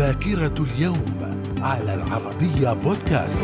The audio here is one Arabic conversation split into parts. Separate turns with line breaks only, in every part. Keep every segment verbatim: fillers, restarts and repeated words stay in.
ذاكرة اليوم على العربية بودكاست.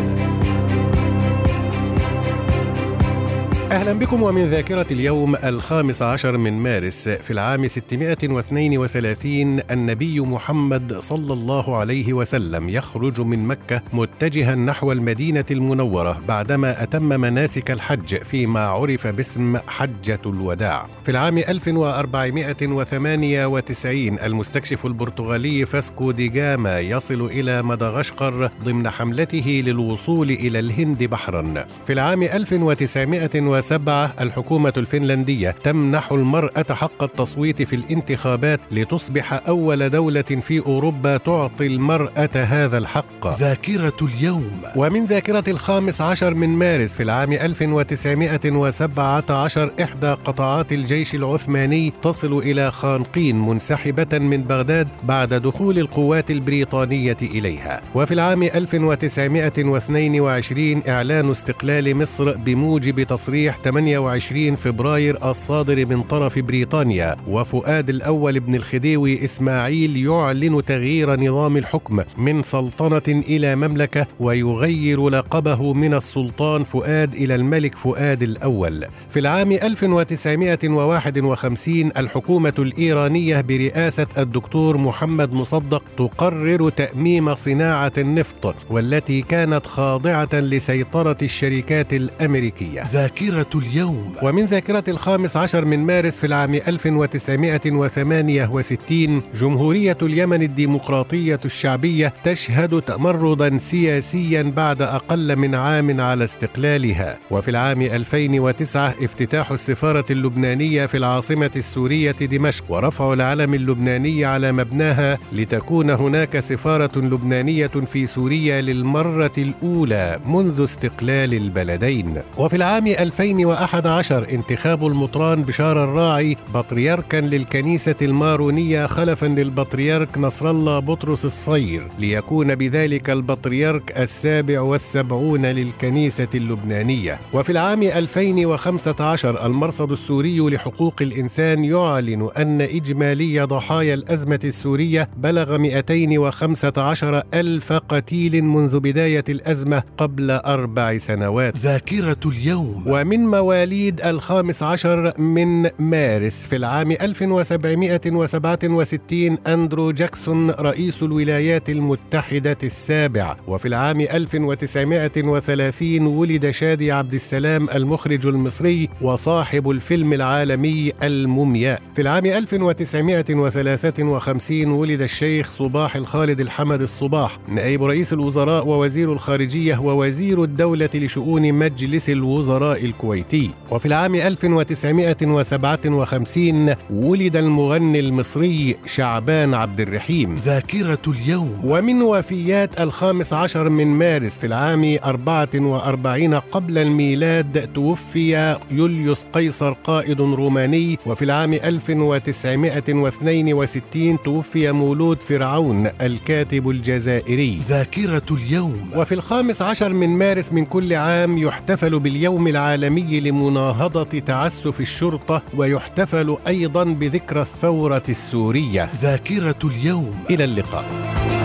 أهلا بكم ومن ذاكرة اليوم الخامس عشر من مارس في العام ستمائة واثنين وثلاثين النبي محمد صلى الله عليه وسلم يخرج من مكة متجها نحو المدينة المنورة بعدما أتم مناسك الحج فيما عرف باسم حجة الوداع. في العام ألف وأربعمائة وثمانية وتسعين المستكشف البرتغالي فاسكو دي جاما يصل إلى مدغشقر ضمن حملته للوصول إلى الهند بحرا. في العام ألف وتسعمائة وسبعة الحكومة الفنلندية تمنح المرأة حق التصويت في الانتخابات لتصبح أول دولة في أوروبا تعطي المرأة هذا الحق. ذاكرة اليوم. ومن ذاكرة الخامس عشر من مارس في العام ألف وتسعمائة وسبعة عشر إحدى قطاعات الجيش العثماني تصل إلى خانقين منسحبة من بغداد بعد دخول القوات البريطانية إليها. وفي العام ألف وتسعمائة واثنين وعشرين إعلان استقلال مصر بموجب تصريح ثمانية وعشرين فبراير الصادر من طرف بريطانيا، وفؤاد الأول بن الخديوي إسماعيل يعلن تغيير نظام الحكم من سلطنة إلى مملكة ويغير لقبه من السلطان فؤاد إلى الملك فؤاد الأول. في العام ألف وتسعمائة وواحد وخمسين الحكومة الإيرانية برئاسة الدكتور محمد مصدق تقرر تأميم صناعة النفط والتي كانت خاضعة لسيطرة الشركات الأمريكية. ذاكرة اليوم. ومن ذاكرة الخامس عشر من مارس في العام ألف وتسعمائة وثمانية وستين جمهورية اليمن الديمقراطية الشعبية تشهد تمردا سياسيا بعد أقل من عام على استقلالها. وفي العام ألفين وتسعة افتتاح السفارة اللبنانية في العاصمة السورية دمشق ورفع العلم اللبناني على مبناها لتكون هناك سفارة لبنانية في سوريا للمرة الأولى منذ استقلال البلدين. وفي العام ألفين وأحد عشر انتخاب المطران بشار الراعي بطريركا للكنيسة المارونية خلفا للبطريرك نصر الله بطرس صفير ليكون بذلك البطريرك السابع والسبعون للكنيسة اللبنانية. وفي العام ألفين وخمسة عشر المرصد السوري لحقوق الإنسان يعلن أن إجمالي ضحايا الأزمة السورية بلغ مئتين وخمسة عشر ألف قتيل منذ بداية الأزمة قبل أربع سنوات. ذاكرة اليوم. ومن مواليد الخامس عشر من مارس في العام ألف وسبعمائة وسبعة وستين أندرو جاكسون رئيس الولايات المتحدة السابع. وفي العام ألف وتسعمائة وثلاثين ولد شادي عبد السلام المخرج المصري وصاحب الفيلم العالمي المومياء. في العام ألف وتسعمائة وثلاثة وخمسين ولد الشيخ صباح الخالد الحمد الصباح نائب رئيس الوزراء ووزير الخارجية ووزير الدولة لشؤون مجلس الوزراء الكويتي. وفي العام ألف وتسعمائة وسبعة وخمسين ولد المغني المصري شعبان عبد الرحيم. ذاكرة اليوم. ومن وفيات الخامس عشر من مارس في العام أربعة وأربعين قبل الميلاد توفي يوليوس قيصر قائد روماني. وفي العام ألف وتسعمائة واثنين وستين توفي مولود فرعون الكاتب الجزائري. ذاكرة اليوم. وفي الخامس عشر من مارس من كل عام يحتفل باليوم العالمي لمناهضة تعسف الشرطة ويحتفل أيضا بذكرى الثورة السورية. ذاكرة اليوم. إلى اللقاء.